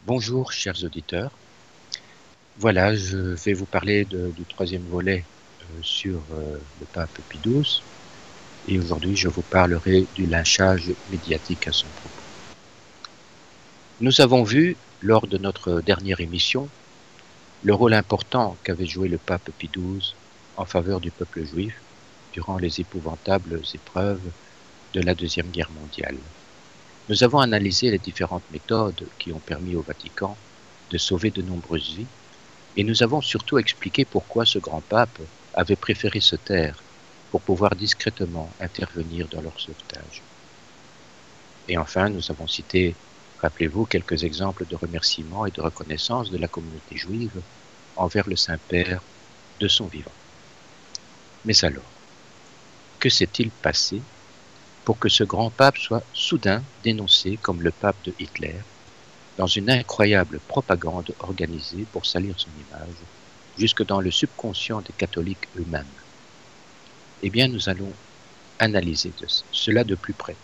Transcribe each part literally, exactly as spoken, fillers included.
Bonjour chers auditeurs, voilà je vais vous parler de, du troisième volet euh, sur euh, le pape Pie douze et aujourd'hui je vous parlerai du lynchage médiatique à son propos. Nous avons vu lors de notre dernière émission le rôle important qu'avait joué le pape Pie douze en faveur du peuple juif durant les épouvantables épreuves de la Deuxième Guerre mondiale. Nous avons analysé les différentes méthodes qui ont permis au Vatican de sauver de nombreuses vies. Et nous avons surtout expliqué pourquoi ce grand pape avait préféré se taire pour pouvoir discrètement intervenir dans leur sauvetage. Et enfin, nous avons cité, rappelez-vous, quelques exemples de remerciements et de reconnaissance de la communauté juive envers le Saint-Père de son vivant. Mais alors, que s'est-il passé pour que ce grand pape soit soudain dénoncé comme le pape de Hitler dans une incroyable propagande organisée pour salir son image, jusque dans le subconscient des catholiques eux-mêmes? Eh bien, nous allons analyser de cela de plus près.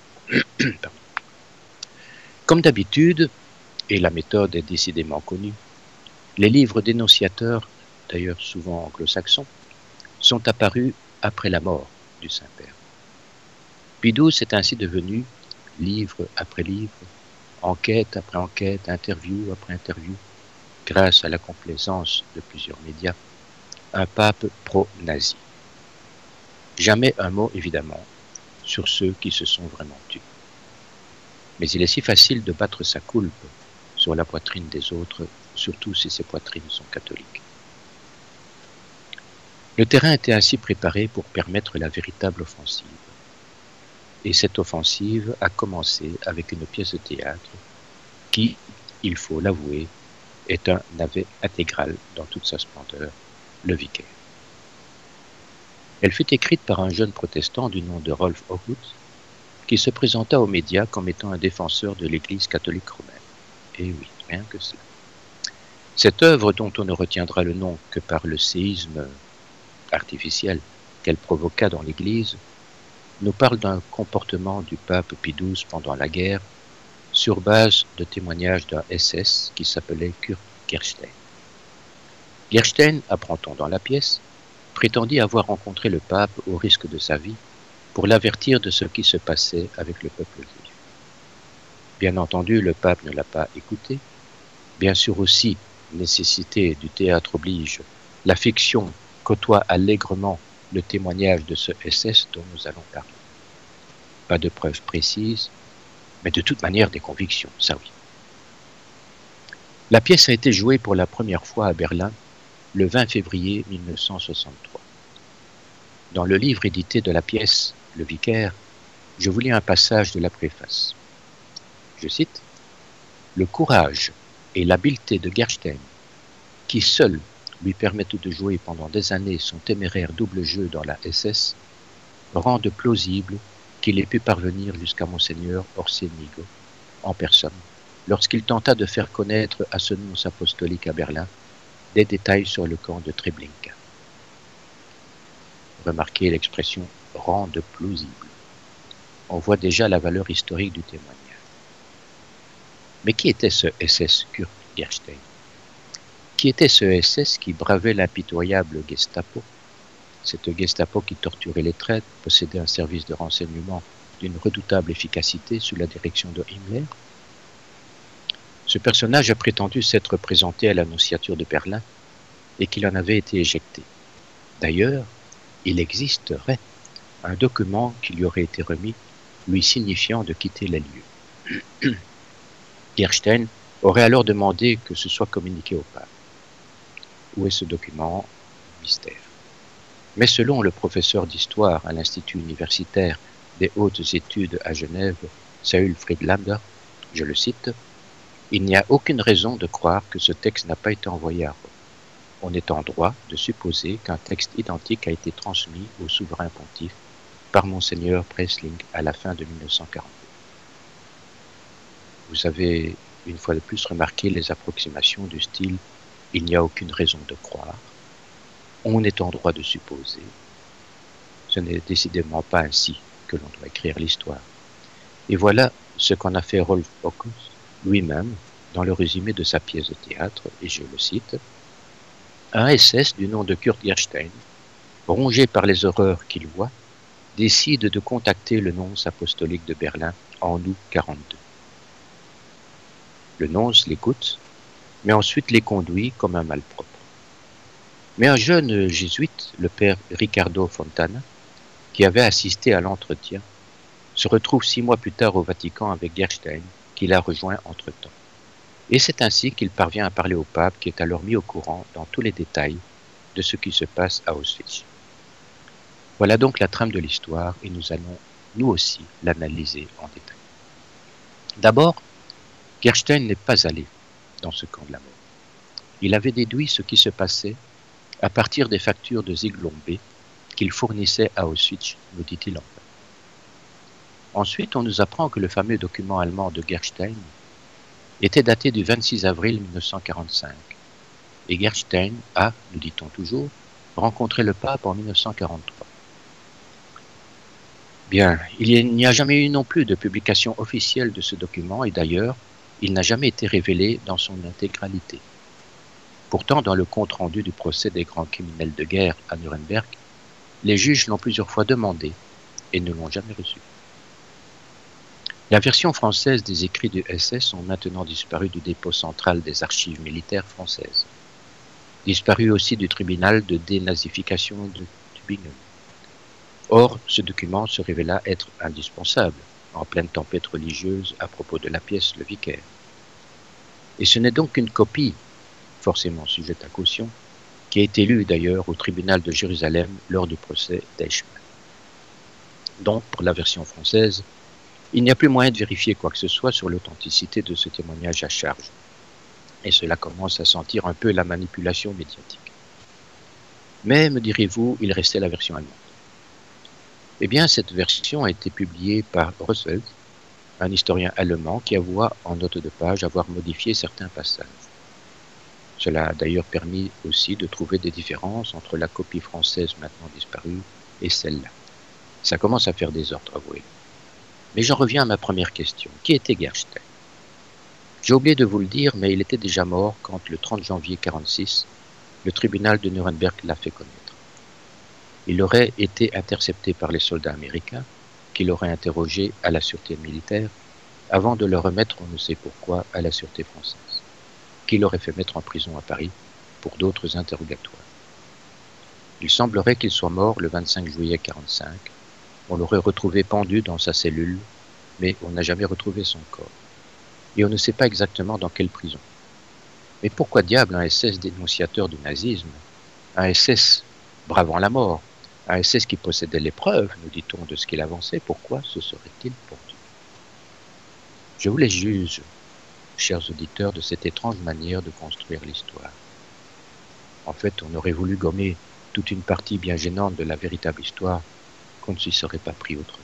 Comme d'habitude, et la méthode est décidément connue, les livres dénonciateurs, d'ailleurs souvent anglo-saxons, sont apparus après la mort du Saint-Père. Pie douze est ainsi devenu, livre après livre, enquête après enquête, interview après interview, grâce à la complaisance de plusieurs médias, un pape pro-nazi. Jamais un mot, évidemment, sur ceux qui se sont vraiment tus. Mais il est si facile de battre sa coulpe sur la poitrine des autres, surtout si ces poitrines sont catholiques. Le terrain était ainsi préparé pour permettre la véritable offensive. Et cette offensive a commencé avec une pièce de théâtre qui, il faut l'avouer, est un navet intégral dans toute sa splendeur, le Vicaire. Elle fut écrite par un jeune protestant du nom de Rolf Ohut, qui se présenta aux médias comme étant un défenseur de l'Église catholique romaine. Et oui, rien que cela. Cette œuvre, dont on ne retiendra le nom que par le séisme artificiel qu'elle provoqua dans l'Église, nous parle d'un comportement du pape Pie douze pendant la guerre, sur base de témoignages d'un S S qui s'appelait Kurt Gerstein. Gerstein, apprend-on dans la pièce, prétendit avoir rencontré le pape au risque de sa vie pour l'avertir de ce qui se passait avec le peuple juif. Bien entendu, le pape ne l'a pas écouté. Bien sûr aussi, nécessité du théâtre oblige, la fiction côtoie allègrement le témoignage de ce S S dont nous allons parler. Pas de preuves précises, mais de toute manière des convictions, ça oui. La pièce a été jouée pour la première fois à Berlin le vingt février mille neuf cent soixante-trois. Dans le livre édité de la pièce, Le Vicaire, je vous lis un passage de la préface. Je cite : « Le courage et l'habileté de Gerstein, qui seuls lui permettent de jouer pendant des années son téméraire double jeu dans la S S, rendent plausible qu'il ait pu parvenir jusqu'à Monseigneur Orsenigo, en personne, lorsqu'il tenta de faire connaître à ce nonce apostolique à Berlin des détails sur le camp de Treblinka. » Remarquez l'expression « rende plausible ». On voit déjà la valeur historique du témoignage. Mais qui était ce S S Kurt Gerstein ? Qui était ce S S qui bravait l'impitoyable Gestapo ? Cette Gestapo qui torturait les traîtres, possédait un service de renseignement d'une redoutable efficacité sous la direction de Himmler. Ce personnage a prétendu s'être présenté à l'annonciature de Berlin et qu'il en avait été éjecté. D'ailleurs, il existerait un document qui lui aurait été remis lui signifiant de quitter les lieux. Gerstein aurait alors demandé que ce soit communiqué au pape. Où est ce document ? Mystère. Mais selon le professeur d'histoire à l'Institut universitaire des hautes études à Genève, Saül Friedlander, je le cite, « Il n'y a aucune raison de croire que ce texte n'a pas été envoyé à Rome. On est en droit de supposer qu'un texte identique a été transmis au souverain pontife par Monseigneur Preisling à la fin de mille neuf cent quarante-deux. » Vous avez une fois de plus remarqué les approximations du style « Il n'y a aucune raison de croire ». On est en droit de supposer. Ce n'est décidément pas ainsi que l'on doit écrire l'histoire. Et voilà ce qu'en a fait Rolf Ohut lui-même dans le résumé de sa pièce de théâtre, et je le cite, « Un S S du nom de Kurt Gerstein, rongé par les horreurs qu'il voit, décide de contacter le nonce apostolique de Berlin en août quarante-deux. Le nonce l'écoute, mais ensuite les conduit comme un malpropre. Mais un jeune jésuite, le père Riccardo Fontana, qui avait assisté à l'entretien, se retrouve six mois plus tard au Vatican avec Gerstein, qui l'a rejoint entre-temps. Et c'est ainsi qu'il parvient à parler au pape, qui est alors mis au courant dans tous les détails de ce qui se passe à Auschwitz. Voilà donc la trame de l'histoire, et nous allons, nous aussi, l'analyser en détail. D'abord, Gerstein n'est pas allé dans ce camp de la mort. Il avait déduit ce qui se passait à partir des factures de Zyglombé qu'il fournissait à Auschwitz, nous dit-il enfin. Ensuite, on nous apprend que le fameux document allemand de Gerstein était daté du vingt-six avril mille neuf cent quarante-cinq. Et Gerstein a, nous dit-on toujours, rencontré le pape en mille neuf cent quarante-trois. Bien, il n'y a jamais eu non plus de publication officielle de ce document, et d'ailleurs, il n'a jamais été révélé dans son intégralité. Pourtant, dans le compte-rendu du procès des grands criminels de guerre à Nuremberg, les juges l'ont plusieurs fois demandé et ne l'ont jamais reçu. La version française des écrits du S S ont maintenant disparu du dépôt central des archives militaires françaises, disparu aussi du tribunal de dénazification de Tübingen. Or, ce document se révéla être indispensable en pleine tempête religieuse à propos de la pièce Le Vicaire. Et ce n'est donc qu'une copie, forcément sujette à caution, qui a été lue d'ailleurs au tribunal de Jérusalem lors du procès d'Eichmann. Donc, pour la version française, il n'y a plus moyen de vérifier quoi que ce soit sur l'authenticité de ce témoignage à charge. Et cela commence à sentir un peu la manipulation médiatique. Mais, me direz-vous, il restait la version allemande. Eh bien, cette version a été publiée par Russell, un historien allemand qui avoua en note de page avoir modifié certains passages. Cela a d'ailleurs permis aussi de trouver des différences entre la copie française maintenant disparue et celle-là. Ça commence à faire désordre, avouez. Mais j'en reviens à ma première question. Qui était Gerstein? J'ai oublié de vous le dire, mais il était déjà mort quand, le trente janvier mille neuf cent quarante-six, le tribunal de Nuremberg l'a fait connaître. Il aurait été intercepté par les soldats américains, qui l'auraient interrogé à la sûreté militaire, avant de le remettre, on ne sait pourquoi, à la sûreté française, qui l'aurait fait mettre en prison à Paris pour d'autres interrogatoires. Il semblerait qu'il soit mort le vingt-cinq juillet mille neuf cent quarante-cinq. On l'aurait retrouvé pendu dans sa cellule, mais on n'a jamais retrouvé son corps. Et on ne sait pas exactement dans quelle prison. Mais pourquoi diable un S S dénonciateur du nazisme, un S S bravant la mort, un S S qui possédait les preuves, nous dit-on, de ce qu'il avançait, pourquoi se serait-il pendu? Je vous les juge, chers auditeurs, de cette étrange manière de construire l'histoire. En fait, on aurait voulu gommer toute une partie bien gênante de la véritable histoire qu'on ne s'y serait pas pris autrement.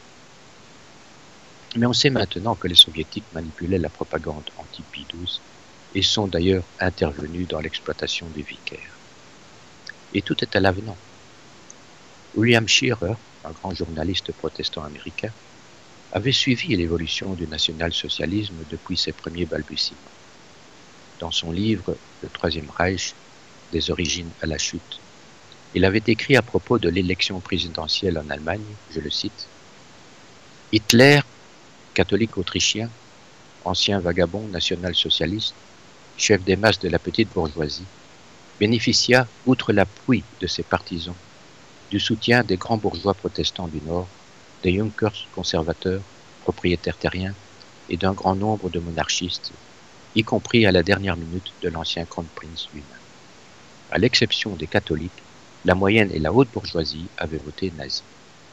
Mais on sait maintenant que les soviétiques manipulaient la propagande anti-Pie douze et sont d'ailleurs intervenus dans l'exploitation des vicaires. Et tout est à l'avenant. William Shirer, un grand journaliste protestant américain, avait suivi l'évolution du national-socialisme depuis ses premiers balbutiements. Dans son livre « Le Troisième Reich, des origines à la chute », il avait écrit à propos de l'élection présidentielle en Allemagne, je le cite, « Hitler, catholique autrichien, ancien vagabond national-socialiste, chef des masses de la petite bourgeoisie, bénéficia, outre l'appui de ses partisans, du soutien des grands bourgeois protestants du Nord, des Junkers conservateurs, propriétaires terriens et d'un grand nombre de monarchistes, y compris à la dernière minute de l'ancien Kronprinz lui-même. À l'exception des catholiques, la moyenne et la haute bourgeoisie avaient voté nazi. »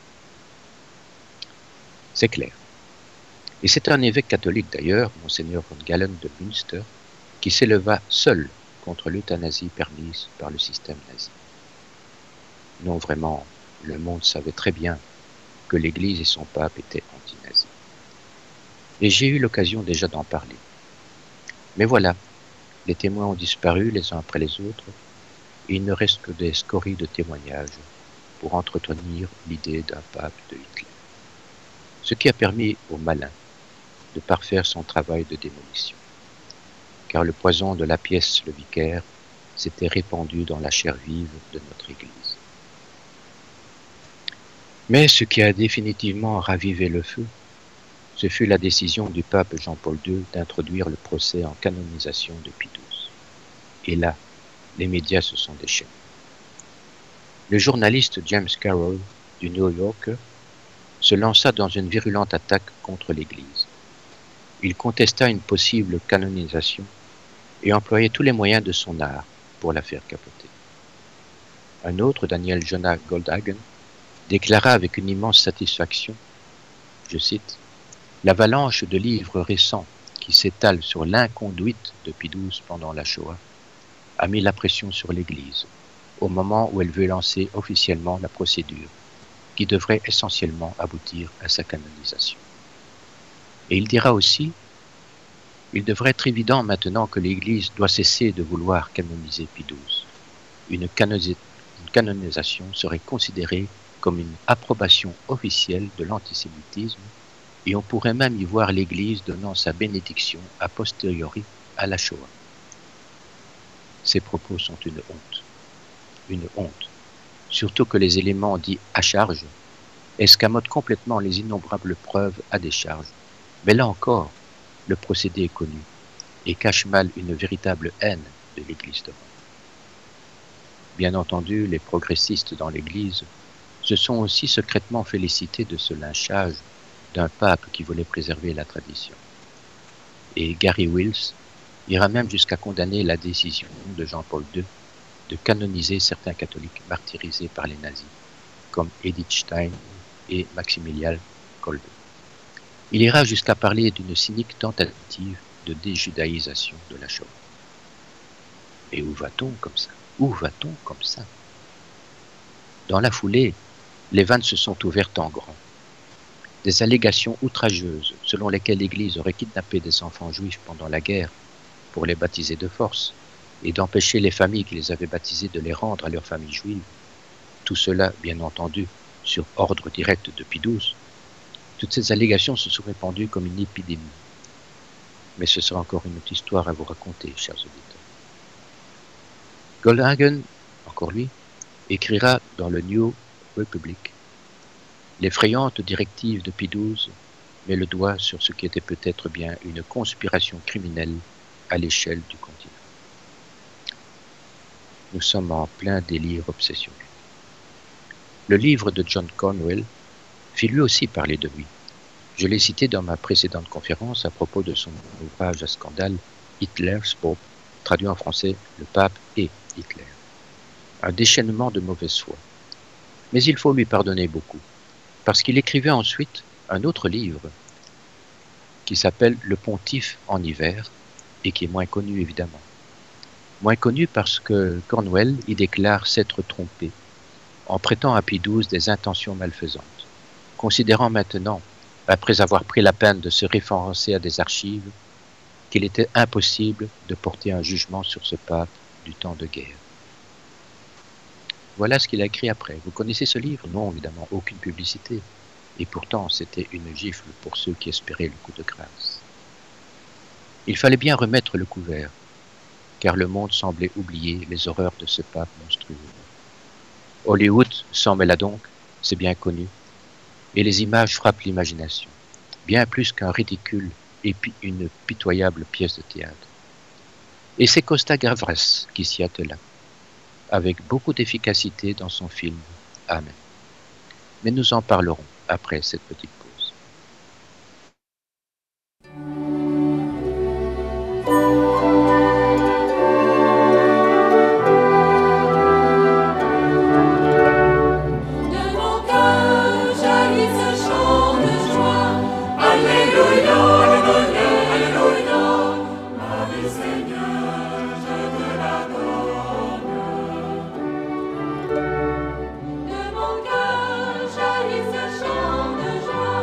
C'est clair. Et c'est un évêque catholique d'ailleurs, Monseigneur von Galen de Münster, qui s'éleva seul contre l'euthanasie permise par le système nazi. Non, vraiment, le monde savait très bien que l'Église et son pape étaient anti-nazis. Et j'ai eu l'occasion déjà d'en parler. Mais voilà, les témoins ont disparu les uns après les autres, et il ne reste que des scories de témoignages pour entretenir l'idée d'un pape de Hitler. Ce qui a permis au malin de parfaire son travail de démolition. car le poison de la pièce le vicaire s'était répandu dans la chair vive de notre Église. Mais ce qui a définitivement ravivé le feu, ce fut la décision du pape Jean-Paul deux d'introduire le procès en canonisation de Pie douze. Et là, les médias se sont déchaînés. Le journaliste James Carroll du New Yorker se lança dans une virulente attaque contre l'Église. Il contesta une possible canonisation et employait tous les moyens de son art pour la faire capoter. Un autre, Daniel Jonah Goldhagen, déclara avec une immense satisfaction, je cite, « L'avalanche de livres récents qui s'étalent sur l'inconduite de Pie douze pendant la Shoah a mis la pression sur l'Église au moment où elle veut lancer officiellement la procédure qui devrait essentiellement aboutir à sa canonisation. » Et il dira aussi, « Il devrait être évident maintenant que l'Église doit cesser de vouloir canoniser Pie douze. Une, canosi- une canonisation serait considérée comme une approbation officielle de l'antisémitisme et on pourrait même y voir l'Église donnant sa bénédiction a posteriori à la Shoah. » Ces propos sont une honte. Une honte. Surtout que les éléments dits à charge escamotent complètement les innombrables preuves à décharge. Mais là encore, le procédé est connu et cache mal une véritable haine de l'Église de Rome. Bien entendu, les progressistes dans l'Église se sont aussi secrètement félicités de ce lynchage d'un pape qui voulait préserver la tradition. Et Gary Wills ira même jusqu'à condamner la décision de Jean-Paul deux de canoniser certains catholiques martyrisés par les nazis, comme Edith Stein et Maximilian Kolbe. Il ira jusqu'à parler d'une cynique tentative de déjudaïsation de la Shoah. Et où va-t-on comme ça? Où va-t-on comme ça? Dans la foulée, les vannes se sont ouvertes en grand. Des allégations outrageuses selon lesquelles l'Église aurait kidnappé des enfants juifs pendant la guerre pour les baptiser de force et d'empêcher les familles qui les avaient baptisés de les rendre à leurs familles juives. Tout cela, bien entendu, sur ordre direct de Pie douze. Toutes ces allégations se sont répandues comme une épidémie. Mais ce sera encore une autre histoire à vous raconter, chers auditeurs. Goldhagen, encore lui, écrira dans le New Republic. L'effrayante directive de Pie douze met le doigt sur ce qui était peut-être bien une conspiration criminelle à l'échelle du continent. Nous sommes en plein délire obsessionnel. Le livre de John Cornwell fit lui aussi parler de lui. Je l'ai cité dans ma précédente conférence à propos de son ouvrage à scandale Hitler's Pope, traduit en français Le Pape et Hitler. Un déchaînement de mauvaise foi. Mais il faut lui pardonner beaucoup, parce qu'il écrivait ensuite un autre livre qui s'appelle Le Pontife en hiver et qui est moins connu évidemment. Moins connu parce que Cornwell y déclare s'être trompé en prêtant à Pie douze des intentions malfaisantes, considérant maintenant, après avoir pris la peine de se référencer à des archives, qu'il était impossible de porter un jugement sur ce pape du temps de guerre. Voilà ce qu'il a écrit après. Vous connaissez ce livre? Non, évidemment, aucune publicité. Et pourtant, c'était une gifle pour ceux qui espéraient le coup de grâce. Il fallait bien remettre le couvert, car le monde semblait oublier les horreurs de ce pape monstrueux. Hollywood s'en mêla donc, c'est bien connu, et les images frappent l'imagination, bien plus qu'un ridicule et puis une pitoyable pièce de théâtre. Et c'est Costa Gavras qui s'y attela, avec beaucoup d'efficacité dans son film Amen. Mais nous en parlerons après cette petite pause. De mon cœur jaillit ce chant de joie.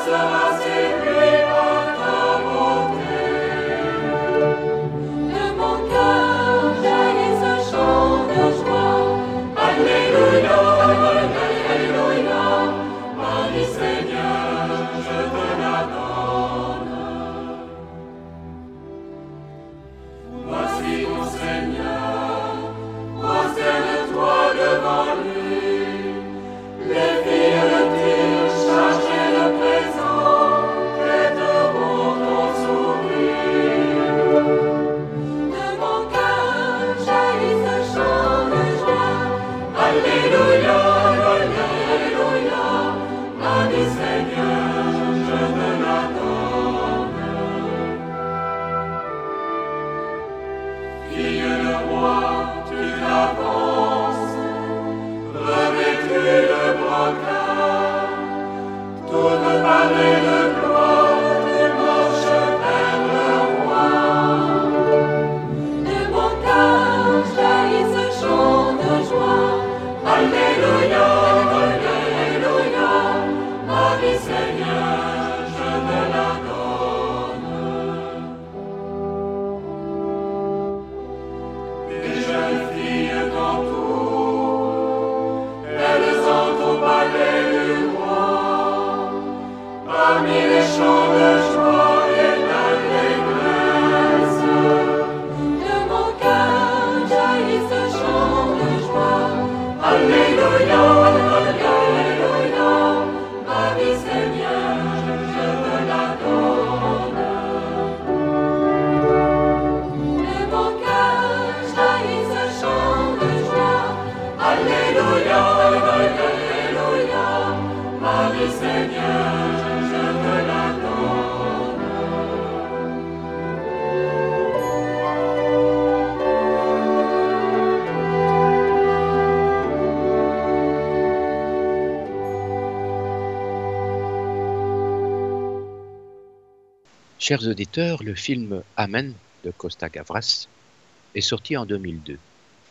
Chers auditeurs, le film Amen de Costa Gavras est sorti en deux mille deux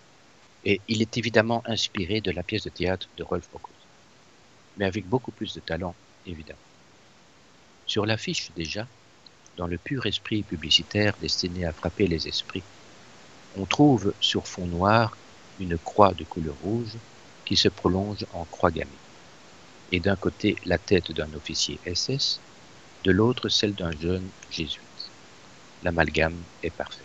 et il est évidemment inspiré de la pièce de théâtre de Rolf Bocuse, mais avec beaucoup plus de talent, évidemment. Sur l'affiche déjà, dans le pur esprit publicitaire destiné à frapper les esprits, on trouve sur fond noir une croix de couleur rouge qui se prolonge en croix gammée, et d'un côté la tête d'un officier S S, de l'autre celle d'un jeune jésuite. L'amalgame est parfait.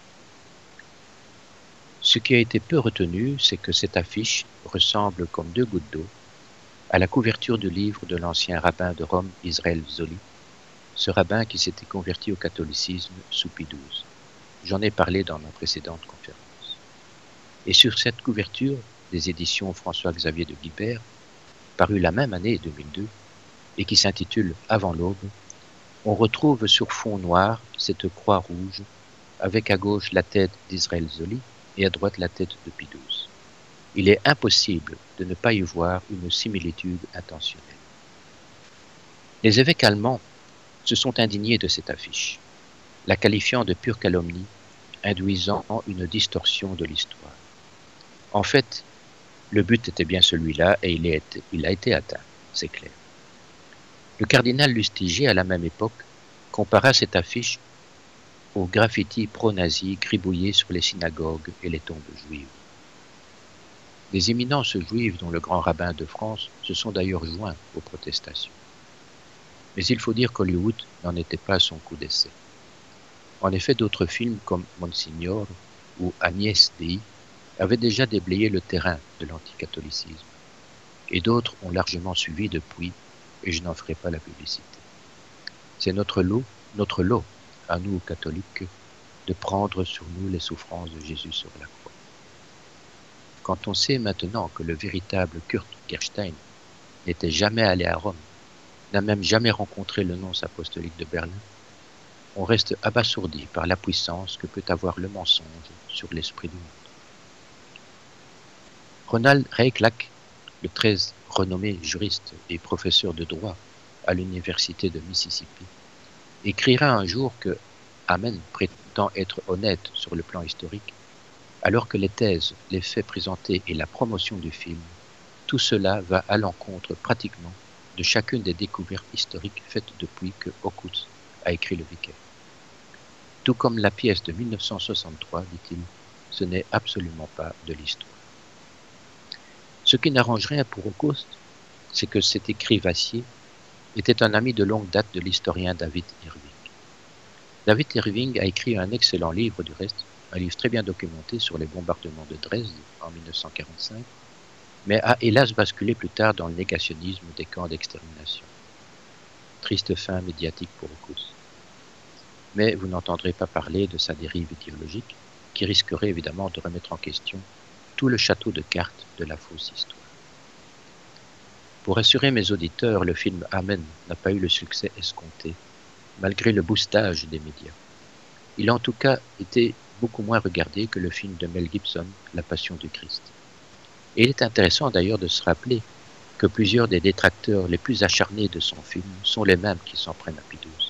Ce qui a été peu retenu, c'est que cette affiche ressemble comme deux gouttes d'eau à la couverture du livre de l'ancien rabbin de Rome, Israël Zolli, ce rabbin qui s'était converti au catholicisme sous Pie douze. J'en ai parlé dans ma précédente conférence. Et sur cette couverture des éditions François-Xavier de Guibert, parue la même année deux mille deux, et qui s'intitule Avant l'aube, on retrouve sur fond noir cette croix rouge, avec à gauche la tête d'Israël Zolli et à droite la tête de Pie douze. Il est impossible de ne pas y voir une similitude intentionnelle. Les évêques allemands se sont indignés de cette affiche, la qualifiant de pure calomnie, induisant une distorsion de l'histoire. En fait, le but était bien celui-là et il, est, il a été atteint, c'est clair. Le cardinal Lustiger, à la même époque, compara cette affiche aux graffitis pro-nazis gribouillés sur les synagogues et les tombes juives. Des éminences juives, dont le grand rabbin de France, se sont d'ailleurs joints aux protestations. Mais il faut dire qu'Hollywood n'en était pas à son coup d'essai. En effet, d'autres films comme Monsignor ou Agnès Dei avaient déjà déblayé le terrain de l'anticatholicisme, et d'autres ont largement suivi depuis, et je n'en ferai pas la publicité. C'est notre lot, notre lot, à nous catholiques, de prendre sur nous les souffrances de Jésus sur la croix. Quand on sait maintenant que le véritable Kurt Gerstein n'était jamais allé à Rome, n'a même jamais rencontré le nonce apostolique de Berlin, on reste abasourdi par la puissance que peut avoir le mensonge sur l'esprit du monde. Ronald Reichlach, le très renommé juriste et professeur de droit à l'université de Mississippi, écrira un jour que Amen prétend être honnête sur le plan historique, alors que les thèses, les faits présentés et la promotion du film, tout cela va à l'encontre pratiquement de chacune des découvertes historiques faites depuis que Ockhuts a écrit le Vicaire. Tout comme la pièce de mille neuf cent soixante-trois, dit-il, ce n'est absolument pas de l'histoire. Ce qui n'arrange rien pour Ockhuts, c'est que cet écrivassier était un ami de longue date de l'historien David Irving. David Irving a écrit un excellent livre du reste, un livre très bien documenté sur les bombardements de Dresde en mille neuf cent quarante-cinq, mais a hélas basculé plus tard dans le négationnisme des camps d'extermination. Triste fin médiatique pour Ockhuts. Mais vous n'entendrez pas parler de sa dérive idéologique, qui risquerait évidemment de remettre en question tout le château de cartes de la fausse histoire. Pour assurer mes auditeurs, le film Amen n'a pas eu le succès escompté, malgré le boostage des médias. Il a en tout cas été beaucoup moins regardé que le film de Mel Gibson, La Passion du Christ. Et il est intéressant d'ailleurs de se rappeler que plusieurs des détracteurs les plus acharnés de son film sont les mêmes qui s'en prennent à Pie douze.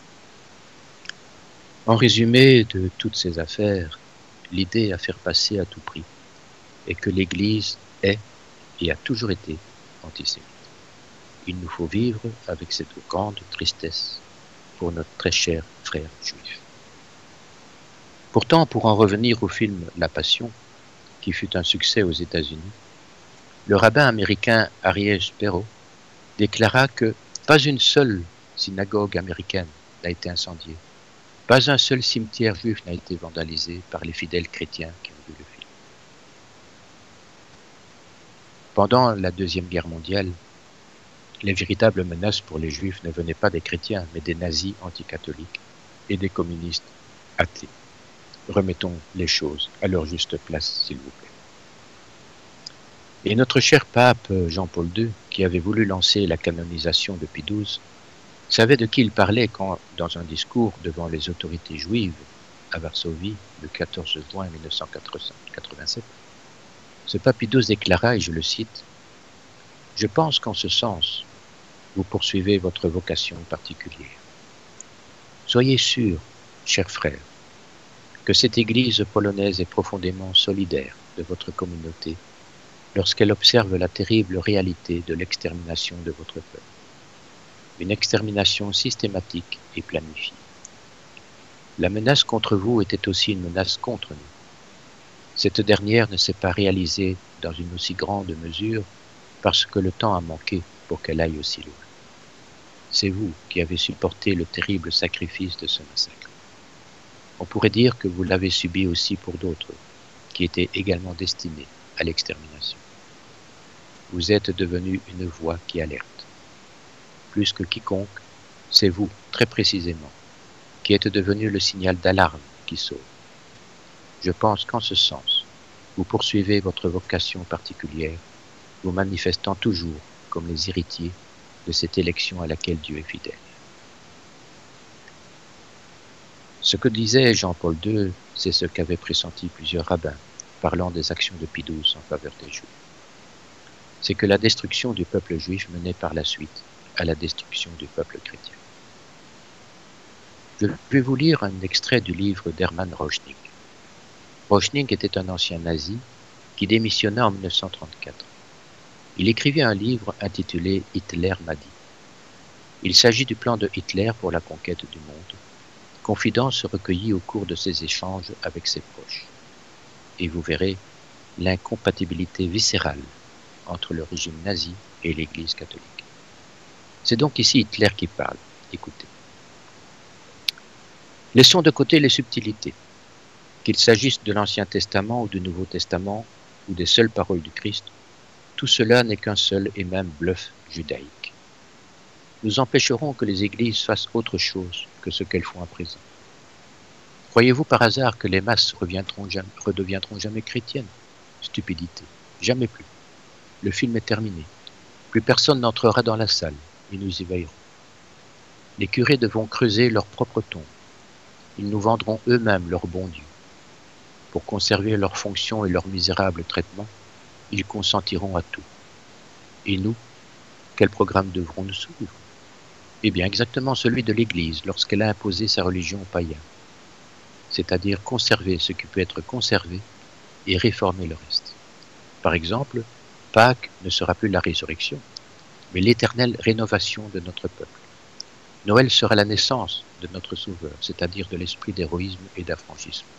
En résumé de toutes ces affaires, l'idée à faire passer à tout prix est que l'Église est et a toujours été antisémite. Il nous faut vivre avec cette grande tristesse pour notre très cher frère juif. Pourtant, pour en revenir au film La Passion, qui fut un succès aux États-Unis, le rabbin américain Aryeh Sparrow déclara que pas une seule synagogue américaine n'a été incendiée, pas un seul cimetière juif n'a été vandalisé par les fidèles chrétiens qui ont vu le film. Pendant la Deuxième Guerre mondiale, les véritables menaces pour les juifs ne venaient pas des chrétiens, mais des nazis anticatholiques et des communistes athées. Remettons les choses à leur juste place, s'il vous plaît. Et notre cher pape Jean-Paul deux, qui avait voulu lancer la canonisation de Pie douze, savait de qui il parlait quand, dans un discours devant les autorités juives à Varsovie le quatorze juin mille neuf cent quatre-vingt-sept, ce pape Pie douze déclara, et je le cite, « Je pense qu'en ce sens, vous poursuivez votre vocation particulière. Soyez sûrs, chers frères, que cette Église polonaise est profondément solidaire de votre communauté lorsqu'elle observe la terrible réalité de l'extermination de votre peuple. Une extermination systématique et planifiée. La menace contre vous était aussi une menace contre nous. Cette dernière ne s'est pas réalisée dans une aussi grande mesure parce que le temps a manqué pour qu'elle aille aussi loin. C'est vous qui avez supporté le terrible sacrifice de ce massacre. On pourrait dire que vous l'avez subi aussi pour d'autres, qui étaient également destinés à l'extermination. Vous êtes devenu une voix qui alerte. Plus que quiconque, c'est vous, très précisément, qui êtes devenu le signal d'alarme qui sauve. Je pense qu'en ce sens, vous poursuivez votre vocation particulière, vous manifestant toujours comme les héritiers de cette élection à laquelle Dieu est fidèle. Ce que disait Jean-Paul deux, c'est ce qu'avaient pressenti plusieurs rabbins, parlant des actions de Pie douze en faveur des Juifs. C'est que la destruction du peuple juif menait par la suite à la destruction du peuple chrétien. Je vais vous lire un extrait du livre d'Hermann Rauschning. Rauschning était un ancien nazi qui démissionna en mille neuf cent trente-quatre. Il écrivit un livre intitulé « Hitler m'a dit ». Il s'agit du plan de Hitler pour la conquête du monde, confidence recueillie au cours de ses échanges avec ses proches. Et vous verrez l'incompatibilité viscérale entre le régime nazi et l'Église catholique. C'est donc ici Hitler qui parle. Écoutez. Laissons de côté les subtilités, qu'il s'agisse de l'Ancien Testament ou du Nouveau Testament ou des seules paroles du Christ, tout cela n'est qu'un seul et même bluff judaïque. Nous empêcherons que les églises fassent autre chose que ce qu'elles font à présent. Croyez-vous par hasard que les masses reviendront jamais, redeviendront jamais chrétiennes? Stupidité. Jamais plus. Le film est terminé. Plus personne n'entrera dans la salle et nous y veillerons. Les curés devront creuser leur propre tombe. Ils nous vendront eux-mêmes leur bon Dieu. Pour conserver leurs fonctions et leur misérable traitement, ils consentiront à tout. Et nous, quel programme devrons-nous suivre? Eh bien, exactement celui de l'Église lorsqu'elle a imposé sa religion aux païens, c'est-à-dire conserver ce qui peut être conservé et réformer le reste. Par exemple, Pâques ne sera plus la résurrection, mais l'éternelle rénovation de notre peuple. Noël sera la naissance de notre Sauveur, c'est-à-dire de l'esprit d'héroïsme et d'affranchissement.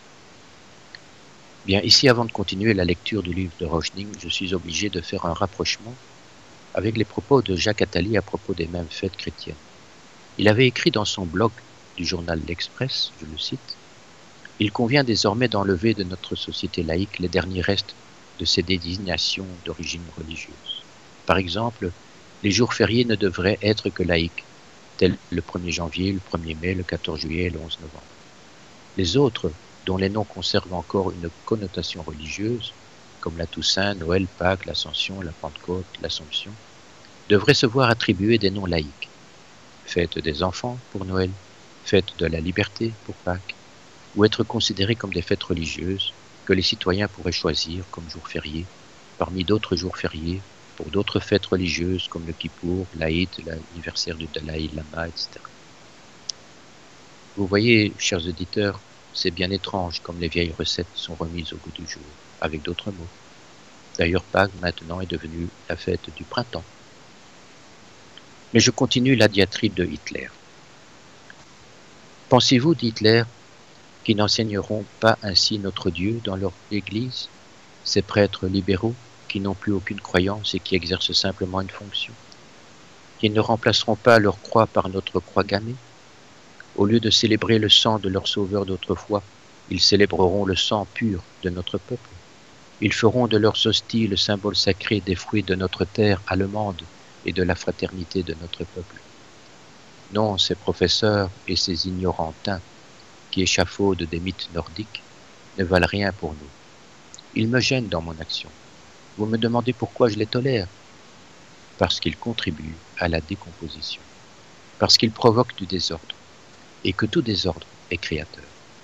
Bien, ici, avant de continuer la lecture du livre de Rochning, je suis obligé de faire un rapprochement avec les propos de Jacques Attali à propos des mêmes fêtes chrétiennes. Il avait écrit dans son blog du journal L'Express, je le cite, « Il convient désormais d'enlever de notre société laïque les derniers restes de ces désignations d'origine religieuse. Par exemple, les jours fériés ne devraient être que laïques, tels le premier janvier, le premier mai, le quatorze juillet et le onze novembre. Les autres, dont les noms conservent encore une connotation religieuse, comme la Toussaint, Noël, Pâques, l'Ascension, la Pentecôte, l'Assomption, devraient se voir attribuer des noms laïques. Fête des enfants pour Noël, fête de la liberté pour Pâques, ou être considérés comme des fêtes religieuses que les citoyens pourraient choisir comme jours fériés, parmi d'autres jours fériés pour d'autres fêtes religieuses comme le Kippour, l'Aïd, l'anniversaire du Dalai Lama, et cetera. Vous voyez, chers auditeurs, c'est bien étrange comme les vieilles recettes sont remises au goût du jour, avec d'autres mots. D'ailleurs, Pâques maintenant est devenue la fête du printemps. Mais je continue la diatribe de Hitler. Pensez-vous, dit Hitler, qu'ils n'enseigneront pas ainsi notre Dieu dans leur Église, ces prêtres libéraux qui n'ont plus aucune croyance et qui exercent simplement une fonction? Qu'ils ne remplaceront pas leur croix par notre croix gammée? Au lieu de célébrer le sang de leur sauveur d'autrefois, ils célébreront le sang pur de notre peuple. Ils feront de leurs hosties le symbole sacré des fruits de notre terre allemande et de la fraternité de notre peuple. Non, ces professeurs et ces ignorantins qui échafaudent des mythes nordiques ne valent rien pour nous. Ils me gênent dans mon action. Vous me demandez pourquoi je les tolère? Parce qu'ils contribuent à la décomposition, parce qu'ils provoquent du désordre, et que tout désordre est créateur.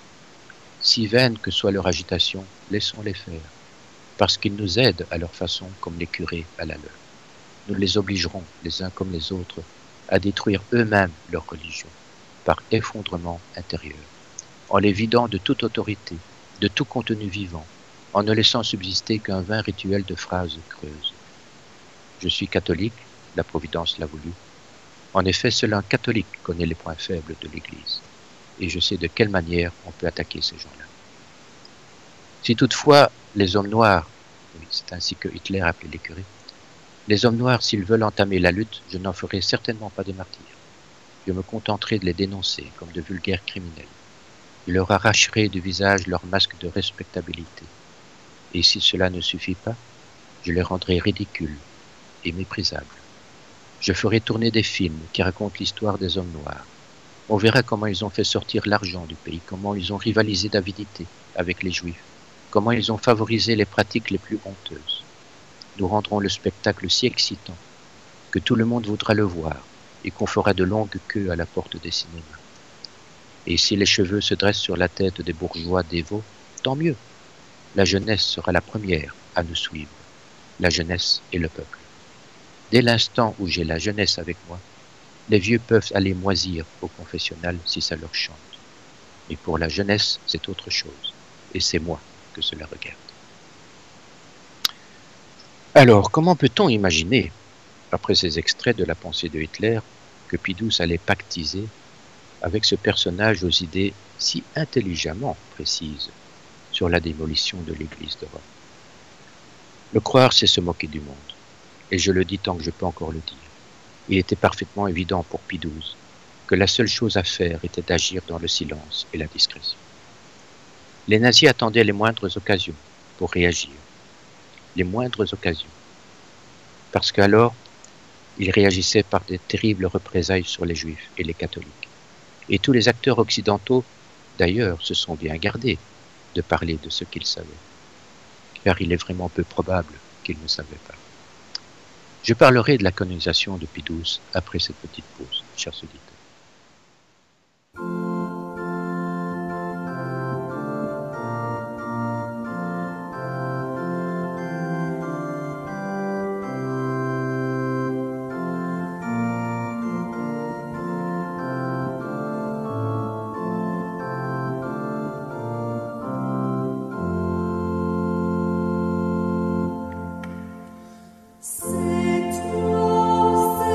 Si vaine que soit leur agitation, laissons-les faire, parce qu'ils nous aident à leur façon comme les curés à la leur. Nous les obligerons, les uns comme les autres, à détruire eux-mêmes leur religion, par effondrement intérieur, en les vidant de toute autorité, de tout contenu vivant, en ne laissant subsister qu'un vain rituel de phrases creuses. Je suis catholique, la Providence l'a voulu. En effet, seul un catholique connaît les points faibles de l'Église, et je sais de quelle manière on peut attaquer ces gens-là. Si toutefois les hommes noirs, oui, c'est ainsi que Hitler appelait les curés, les hommes noirs, s'ils veulent entamer la lutte, je n'en ferai certainement pas des martyrs. Je me contenterai de les dénoncer comme de vulgaires criminels. Je leur arracherai du visage leur masque de respectabilité. Et si cela ne suffit pas, je les rendrai ridicules et méprisables. Je ferai tourner des films qui racontent l'histoire des hommes noirs. On verra comment ils ont fait sortir l'argent du pays, comment ils ont rivalisé d'avidité avec les Juifs, comment ils ont favorisé les pratiques les plus honteuses. Nous rendrons le spectacle si excitant que tout le monde voudra le voir et qu'on fera de longues queues à la porte des cinémas. Et si les cheveux se dressent sur la tête des bourgeois dévots, tant mieux. La jeunesse sera la première à nous suivre, la jeunesse et le peuple. Dès l'instant où j'ai la jeunesse avec moi, les vieux peuvent aller moisir au confessionnal si ça leur chante. Mais pour la jeunesse, c'est autre chose, et c'est moi que cela regarde. Alors, comment peut-on imaginer, après ces extraits de la pensée de Hitler, que Pie douze allait pactiser avec ce personnage aux idées si intelligemment précises sur la démolition de l'Église de Rome? Le croire, c'est se moquer du monde, et je le dis tant que je peux encore le dire. Il était parfaitement évident pour Pie douze que la seule chose à faire était d'agir dans le silence et la discrétion. Les nazis attendaient les moindres occasions pour réagir, les moindres occasions, parce qu'alors, ils réagissaient par de terribles représailles sur les juifs et les catholiques. Et tous les acteurs occidentaux, d'ailleurs, se sont bien gardés de parler de ce qu'ils savaient, car il est vraiment peu probable qu'ils ne savaient pas. Je parlerai de la canonisation de Pie douze après cette petite pause, chers auditeurs. C'est toi,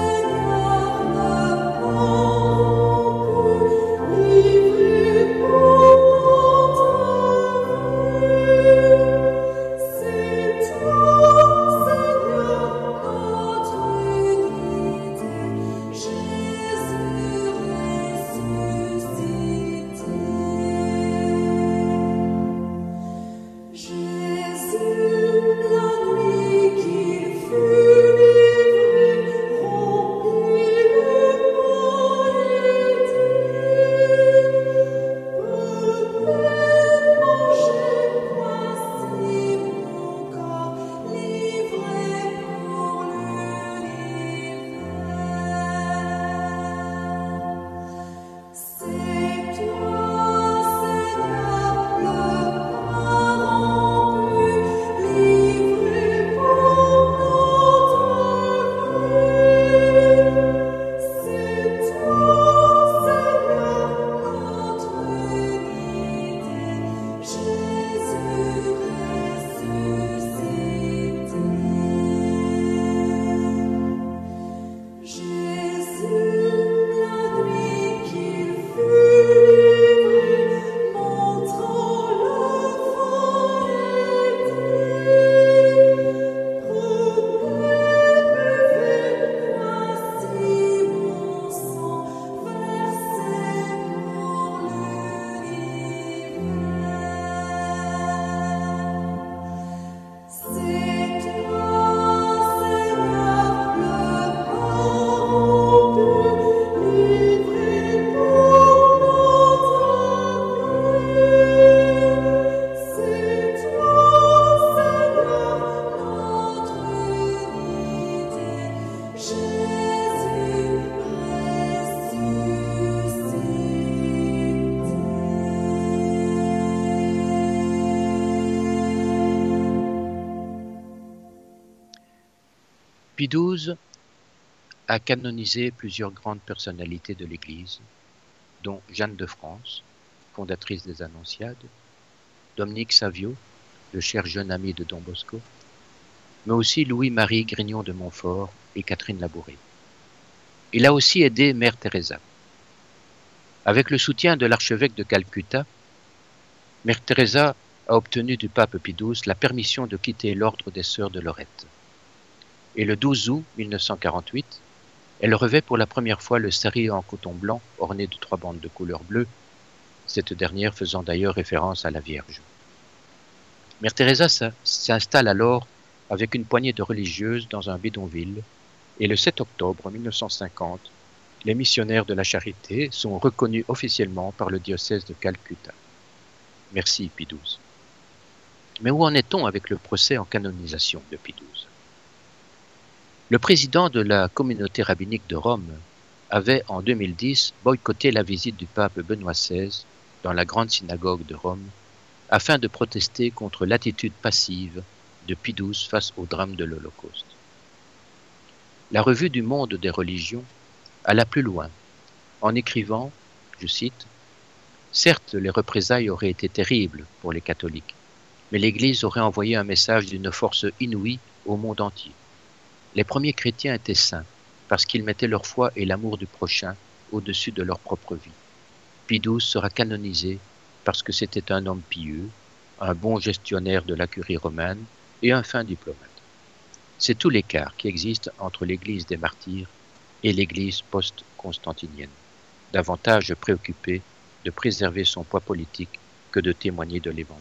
Pie douze a canonisé plusieurs grandes personnalités de l'Église, dont Jeanne de France, fondatrice des Annonciades, Dominique Savio, le cher jeune ami de Don Bosco, mais aussi Louis-Marie Grignon de Montfort et Catherine Labouré. Il a aussi aidé Mère Teresa. Avec le soutien de l'archevêque de Calcutta, Mère Teresa a obtenu du pape Pie douze la permission de quitter l'ordre des Sœurs de Lorette. Et le douze août mille neuf cent quarante-huit, elle revêt pour la première fois le sarrau en coton blanc orné de trois bandes de couleur bleue, cette dernière faisant d'ailleurs référence à la Vierge. Mère Teresa s'installe alors avec une poignée de religieuses dans un bidonville, et le sept octobre mille neuf cent cinquante, les missionnaires de la Charité sont reconnus officiellement par le diocèse de Calcutta. Merci Pie douze. Mais où en est-on avec le procès en canonisation de Pie douze? Le président de la communauté rabbinique de Rome avait en deux mille dix boycotté la visite du pape Benoît seize dans la grande synagogue de Rome afin de protester contre l'attitude passive de Pie douze face au drame de l'Holocauste. La revue du Monde des religions alla plus loin en écrivant, je cite, « Certes, les représailles auraient été terribles pour les catholiques, mais l'Église aurait envoyé un message d'une force inouïe au monde entier. Les premiers chrétiens étaient saints parce qu'ils mettaient leur foi et l'amour du prochain au-dessus de leur propre vie. Pie douze sera canonisé parce que c'était un homme pieux, un bon gestionnaire de la curie romaine et un fin diplomate. C'est tout l'écart qui existe entre l'Église des martyrs et l'Église post-constantinienne, davantage préoccupée de préserver son poids politique que de témoigner de l'Évangile. »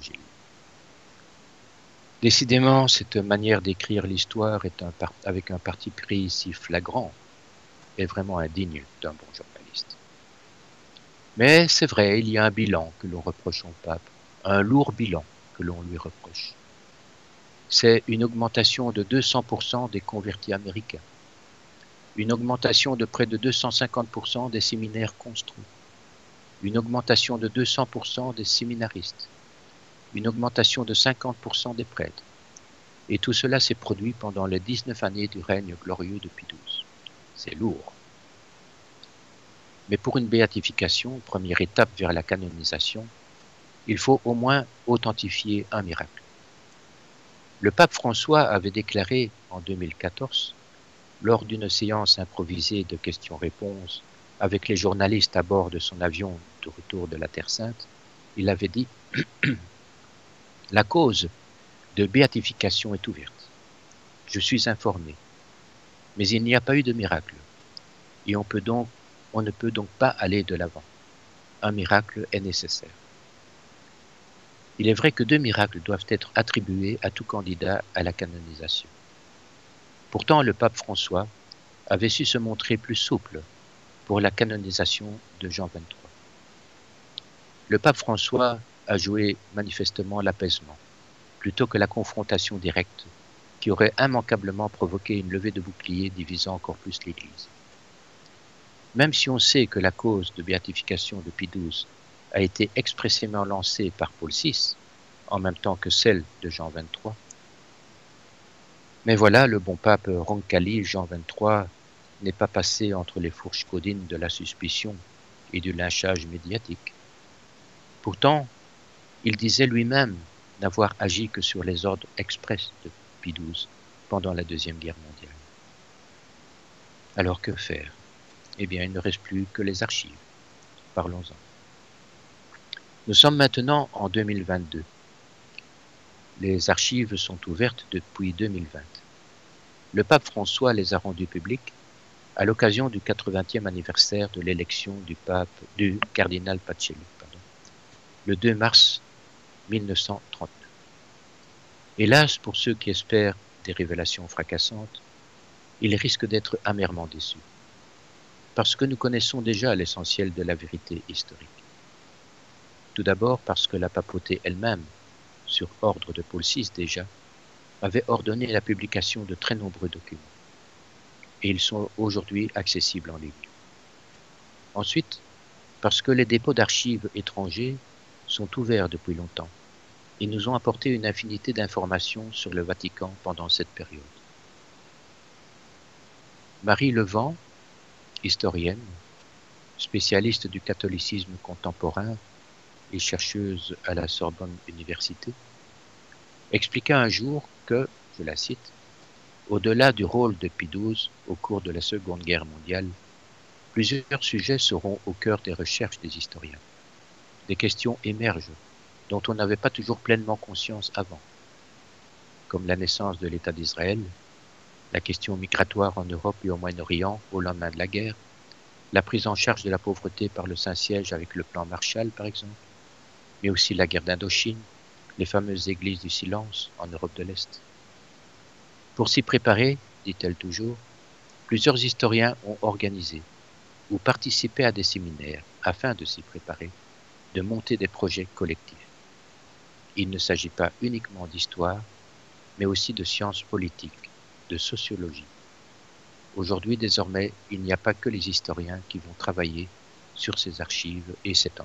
Décidément, cette manière d'écrire l'histoire est un par... avec un parti pris si flagrant est vraiment indigne d'un bon journaliste. Mais c'est vrai, il y a un bilan que l'on reproche au pape, un lourd bilan que l'on lui reproche. C'est une augmentation de deux cents pour cent des convertis américains, une augmentation de près de deux cent cinquante pour cent des séminaires construits, une augmentation de deux cents pour cent des séminaristes, une augmentation de cinquante pour cent des prêtres. Et tout cela s'est produit pendant les dix-neuf années du règne glorieux de Pie douze. C'est lourd. Mais pour une béatification, première étape vers la canonisation, il faut au moins authentifier un miracle. Le pape François avait déclaré en deux mille quatorze, lors d'une séance improvisée de questions-réponses avec les journalistes à bord de son avion de retour de la Terre Sainte, il avait dit « La cause de béatification est ouverte. Je suis informé, mais il n'y a pas eu de miracle, et on, peut donc, on ne peut donc pas aller de l'avant. Un miracle est nécessaire. » Il est vrai que deux miracles doivent être attribués à tout candidat à la canonisation. Pourtant, le pape François avait su se montrer plus souple pour la canonisation de Jean vingt-trois. Le pape François a joué manifestement l'apaisement, plutôt que la confrontation directe qui aurait immanquablement provoqué une levée de bouclier divisant encore plus l'Église. Même si on sait que la cause de béatification de Pie douze a été expressément lancée par Paul six, en même temps que celle de Jean vingt-trois, mais voilà, le bon pape Roncalli, Jean vingt-trois, n'est pas passé entre les fourches caudines de la suspicion et du lynchage médiatique. Pourtant, il disait lui-même n'avoir agi que sur les ordres express de Pie douze pendant la Deuxième Guerre mondiale. Alors que faire? Eh bien, il ne reste plus que les archives. Parlons-en. Nous sommes maintenant en deux mille vingt-deux. Les archives sont ouvertes depuis deux mille vingt. Le pape François les a rendues publiques à l'occasion du quatre-vingtième anniversaire de l'élection du pape du cardinal Pacelli, pardon, le deux mars mille neuf cent trente-neuf. Hélas, pour ceux qui espèrent des révélations fracassantes, ils risquent d'être amèrement déçus, parce que nous connaissons déjà l'essentiel de la vérité historique. Tout d'abord parce que la papauté elle-même, sur ordre de Paul six déjà, avait ordonné la publication de très nombreux documents, et ils sont aujourd'hui accessibles en ligne. Ensuite, parce que les dépôts d'archives étrangers sont ouverts depuis longtemps, et nous ont apporté une infinité d'informations sur le Vatican pendant cette période. Marie Levent, historienne, spécialiste du catholicisme contemporain et chercheuse à la Sorbonne Université, expliqua un jour que, je la cite, « Au-delà du rôle de Pie douze au cours de la Seconde Guerre mondiale, plusieurs sujets seront au cœur des recherches des historiens. Des questions émergent dont on n'avait pas toujours pleinement conscience avant, comme la naissance de l'État d'Israël, la question migratoire en Europe et au Moyen-Orient au lendemain de la guerre, la prise en charge de la pauvreté par le Saint-Siège avec le plan Marshall par exemple, mais aussi la guerre d'Indochine, les fameuses églises du silence en Europe de l'Est. Pour s'y préparer, dit-elle toujours, plusieurs historiens ont organisé ou participé à des séminaires afin de s'y préparer, de monter des projets collectifs. Il ne s'agit pas uniquement d'histoire, mais aussi de sciences politiques, de sociologie. Aujourd'hui, désormais, il n'y a pas que les historiens qui vont travailler sur ces archives et s'étendre.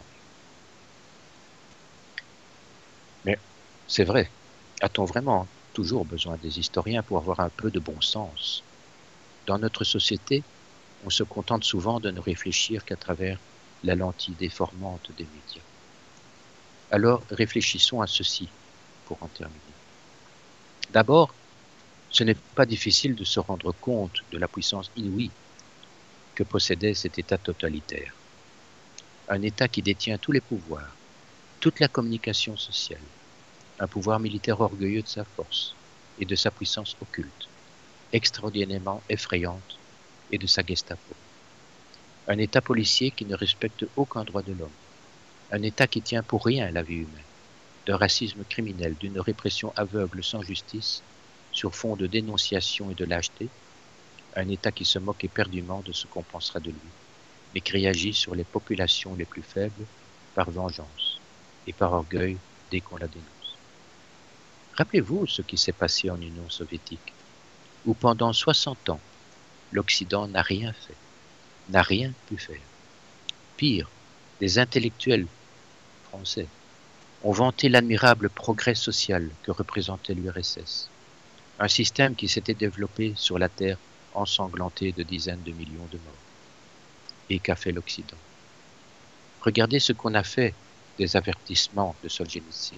Mais c'est vrai, a-t-on vraiment toujours besoin des historiens pour avoir un peu de bon sens? Dans notre société, on se contente souvent de ne réfléchir qu'à travers la lentille déformante des médias. Alors réfléchissons à ceci pour en terminer. D'abord, ce n'est pas difficile de se rendre compte de la puissance inouïe que possédait cet État totalitaire. Un État qui détient tous les pouvoirs, toute la communication sociale, un pouvoir militaire orgueilleux de sa force et de sa puissance occulte, extraordinairement effrayante, et de sa Gestapo. Un État policier qui ne respecte aucun droit de l'homme. Un État qui tient pour rien la vie humaine, d'un racisme criminel, d'une répression aveugle sans justice, sur fond de dénonciation et de lâcheté. Un État qui se moque éperdument de ce qu'on pensera de lui, mais qui réagit sur les populations les plus faibles par vengeance et par orgueil dès qu'on la dénonce. Rappelez-vous ce qui s'est passé en Union soviétique, où pendant soixante ans, l'Occident n'a rien fait, n'a rien pu faire. Pire, des intellectuels français ont vanté l'admirable progrès social que représentait l'U R S S, un système qui s'était développé sur la terre ensanglantée de dizaines de millions de morts. Et qu'a fait l'Occident? Regardez ce qu'on a fait des avertissements de Solzhenitsyn.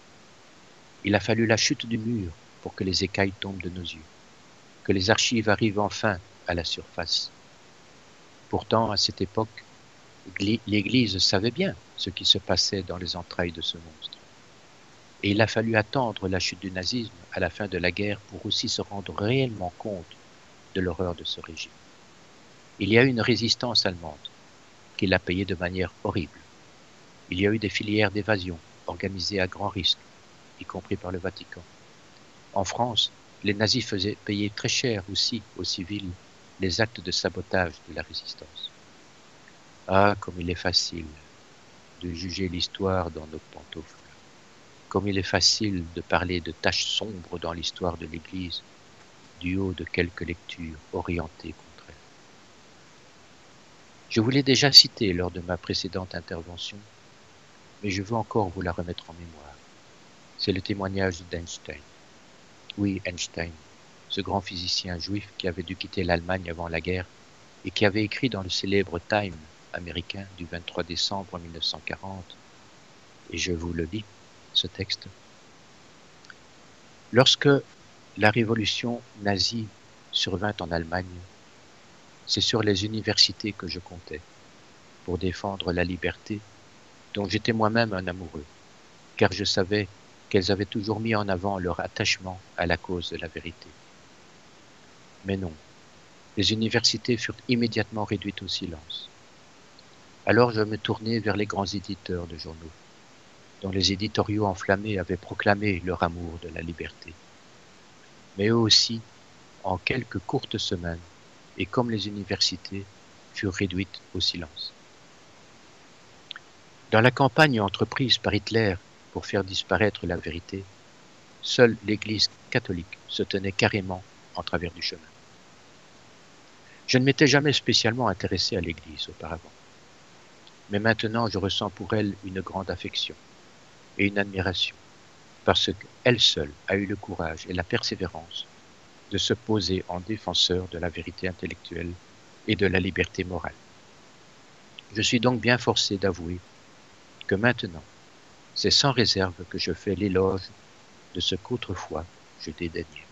Il a fallu la chute du mur pour que les écailles tombent de nos yeux, que les archives arrivent enfin à la surface. Pourtant, à cette époque, l'Église savait bien ce qui se passait dans les entrailles de ce monstre. Et il a fallu attendre la chute du nazisme à la fin de la guerre pour aussi se rendre réellement compte de l'horreur de ce régime. Il y a eu une résistance allemande qui l'a payée de manière horrible. Il y a eu des filières d'évasion organisées à grand risque, y compris par le Vatican. En France, les nazis faisaient payer très cher aussi aux civils les actes de sabotage de la résistance. Ah, comme il est facile de juger l'histoire dans nos pantoufles, comme il est facile de parler de taches sombres dans l'histoire de l'Église du haut de quelques lectures orientées contre elle. Je vous l'ai déjà cité lors de ma précédente intervention, mais je veux encore vous la remettre en mémoire. C'est le témoignage d'Einstein. Oui, Einstein, ce grand physicien juif qui avait dû quitter l'Allemagne avant la guerre et qui avait écrit dans le célèbre Time américain du vingt-trois décembre mille neuf cent quarante, et je vous le lis, ce texte. Lorsque la révolution nazie survint en Allemagne, c'est sur les universités que je comptais pour défendre la liberté dont j'étais moi-même un amoureux, car je savais qu'elles avaient toujours mis en avant leur attachement à la cause de la vérité. Mais non, les universités furent immédiatement réduites au silence. Alors je me tournai vers les grands éditeurs de journaux, dont les éditoriaux enflammés avaient proclamé leur amour de la liberté. Mais eux aussi, en quelques courtes semaines, et comme les universités, furent réduites au silence. Dans la campagne entreprise par Hitler pour faire disparaître la vérité, seule l'Église catholique se tenait carrément en travers du chemin. Je ne m'étais jamais spécialement intéressé à l'Église auparavant, mais maintenant je ressens pour elle une grande affection et une admiration, parce qu'elle seule a eu le courage et la persévérance de se poser en défenseur de la vérité intellectuelle et de la liberté morale. Je suis donc bien forcé d'avouer que maintenant, c'est sans réserve que je fais l'éloge de ce qu'autrefois je dédaignais.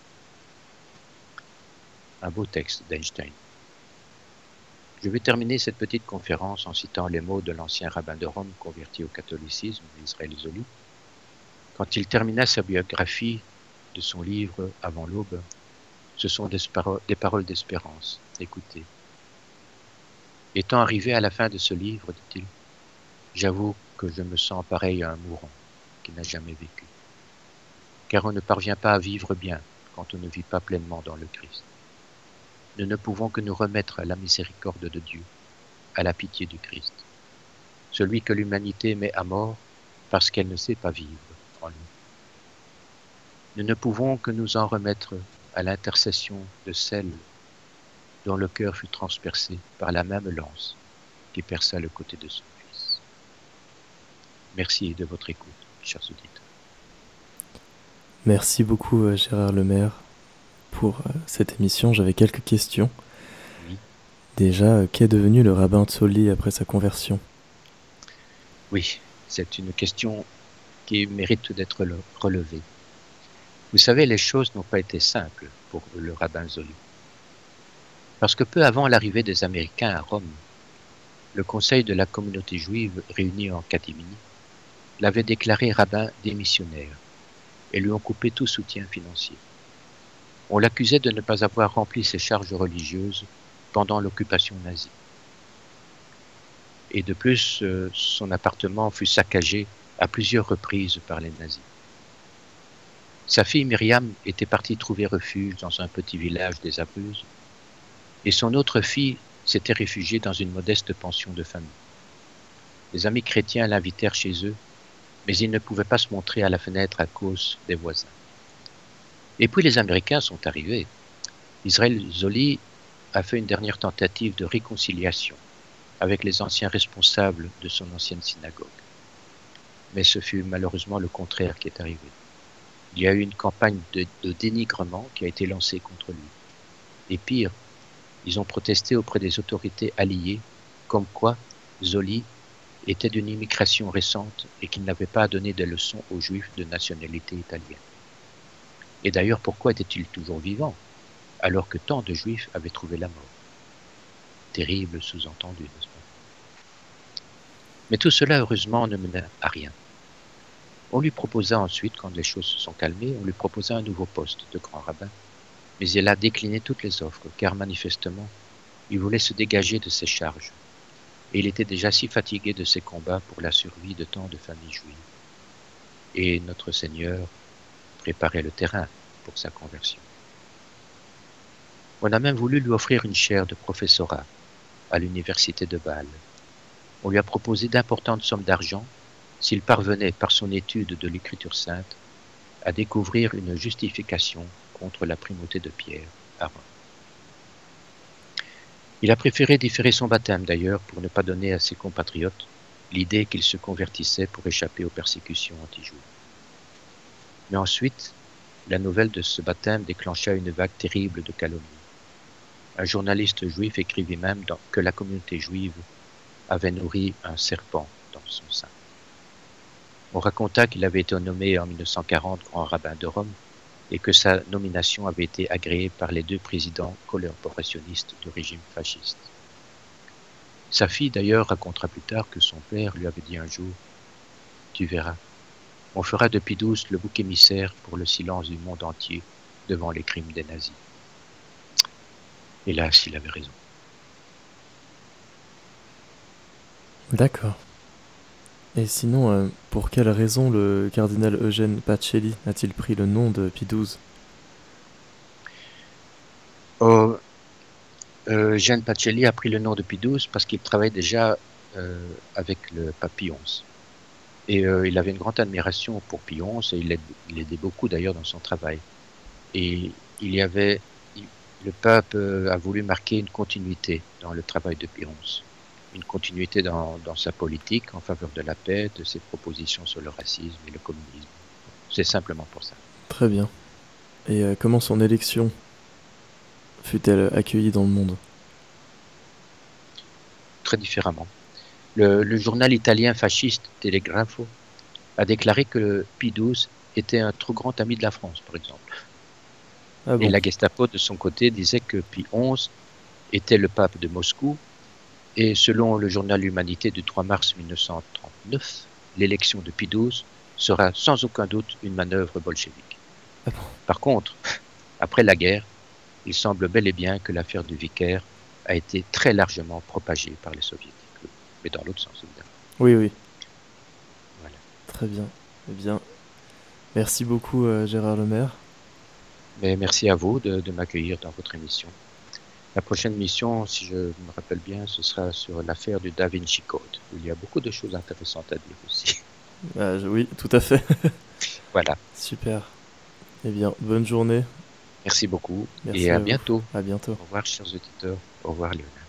Un beau texte d'Einstein. Je vais terminer cette petite conférence en citant les mots de l'ancien rabbin de Rome converti au catholicisme, Israël Zolli, quand il termina sa biographie de son livre Avant l'aube. Ce sont des, paro- des paroles d'espérance. Écoutez. Étant arrivé à la fin de ce livre, dit-il, j'avoue que je me sens pareil à un mourant qui n'a jamais vécu. Car on ne parvient pas à vivre bien quand on ne vit pas pleinement dans le Christ. Nous ne pouvons que nous remettre à la miséricorde de Dieu, à la pitié du Christ, celui que l'humanité met à mort parce qu'elle ne sait pas vivre en lui. Nous ne pouvons que nous en remettre à l'intercession de celle dont le cœur fut transpercé par la même lance qui perça le côté de son Fils. Merci de votre écoute, chers auditeurs. Merci beaucoup euh, Gérard Lemaire pour euh, cette émission. J'avais quelques questions. Oui. Déjà, euh, qu'est devenu le rabbin Zolli après sa conversion? Oui, c'est une question qui mérite d'être relevée. Vous savez, les choses n'ont pas été simples pour le rabbin Zolli. Parce que peu avant l'arrivée des Américains à Rome, le conseil de la communauté juive réunie en catimini l'avait déclaré rabbin démissionnaire et lui ont coupé tout soutien financier. On l'accusait de ne pas avoir rempli ses charges religieuses pendant l'occupation nazie. Et de plus, euh, son appartement fut saccagé à plusieurs reprises par les nazis. Sa fille Myriam était partie trouver refuge dans un petit village des Abruzzes, et son autre fille s'était réfugiée dans une modeste pension de famille. Les amis chrétiens l'invitèrent chez eux, mais il ne pouvait pas se montrer à la fenêtre à cause des voisins. Et puis les Américains sont arrivés. Israël Zolli a fait une dernière tentative de réconciliation avec les anciens responsables de son ancienne synagogue. Mais ce fut malheureusement le contraire qui est arrivé. Il y a eu une campagne de, de dénigrement qui a été lancée contre lui. Et pire, ils ont protesté auprès des autorités alliées, comme quoi Zolli était d'une immigration récente et qu'il n'avait pas à donner des leçons aux Juifs de nationalité italienne. Et d'ailleurs, pourquoi était-il toujours vivant, alors que tant de Juifs avaient trouvé la mort? Terrible sous-entendu, n'est-ce pas? Mais tout cela, heureusement, ne mena à rien. On lui proposa ensuite, quand les choses se sont calmées, on lui proposa un nouveau poste de grand rabbin, mais il a décliné toutes les offres, car manifestement, il voulait se dégager de ses charges. Et il était déjà si fatigué de ses combats pour la survie de tant de familles juives. Et notre Seigneur préparait le terrain pour sa conversion. On a même voulu lui offrir une chaire de professorat à l'université de Bâle. On lui a proposé d'importantes sommes d'argent s'il parvenait par son étude de l'Écriture sainte à découvrir une justification contre la primauté de Pierre à Rome. Il a préféré différer son baptême d'ailleurs pour ne pas donner à ses compatriotes l'idée qu'il se convertissait pour échapper aux persécutions anti-juives. Mais ensuite, la nouvelle de ce baptême déclencha une vague terrible de calomnie. Un journaliste juif écrivit même dans, que la communauté juive avait nourri un serpent dans son sein. On raconta qu'il avait été nommé en mille neuf cent quarante grand rabbin de Rome et que sa nomination avait été agréée par les deux présidents collaborationnistes du régime fasciste. Sa fille d'ailleurs racontera plus tard que son père lui avait dit un jour « Tu verras, on fera de Pie douze le bouc émissaire pour le silence du monde entier devant les crimes des nazis. » Hélas, il avait raison. D'accord. Et sinon, euh, pour quelle raison le cardinal Eugène Pacelli a-t-il pris le nom de Pie douze? Oh, euh, Eugène Pacelli a pris le nom de Pie douze parce qu'il travaillait déjà euh, avec le pape Pie onze. Et euh, il avait une grande admiration pour Pie onze et il, aide, il aidait beaucoup d'ailleurs dans son travail. Et il y avait, il, le pape euh, a voulu marquer une continuité dans le travail de Pie onze. Une continuité dans, dans sa politique en faveur de la paix, de ses propositions sur le racisme et le communisme. C'est simplement pour ça. Très bien. Et euh, comment son élection fut-elle accueillie dans le monde? Très différemment. Le, le journal italien fasciste Telegrafo a déclaré que Pie douze était un trop grand ami de la France, par exemple. Ah Et bon? la Gestapo, de son côté, disait que Pie onze était le pape de Moscou. Et selon le journal L'Humanité du trois mars mille neuf cent trente-neuf, l'élection de Pie douze sera sans aucun doute une manœuvre bolchevique. Ah bon? Par contre, après la guerre, il semble bel et bien que l'affaire du vicaire a été très largement propagée par les soviétiques. Mais dans l'autre sens, évidemment. Oui, oui. Voilà. Très bien. Eh bien, merci beaucoup euh, Gérard Lemaire. Mais merci à vous de, de m'accueillir dans votre émission. La prochaine émission, si je me rappelle bien, ce sera sur l'affaire du Da Vinci Code, où il y a beaucoup de choses intéressantes à dire aussi. Ah, je- oui, tout à fait. Voilà. Super. Eh bien, bonne journée. Merci beaucoup Merci et à à vous. bientôt. À bientôt. Au revoir, chers auditeurs. Au revoir, Léonard.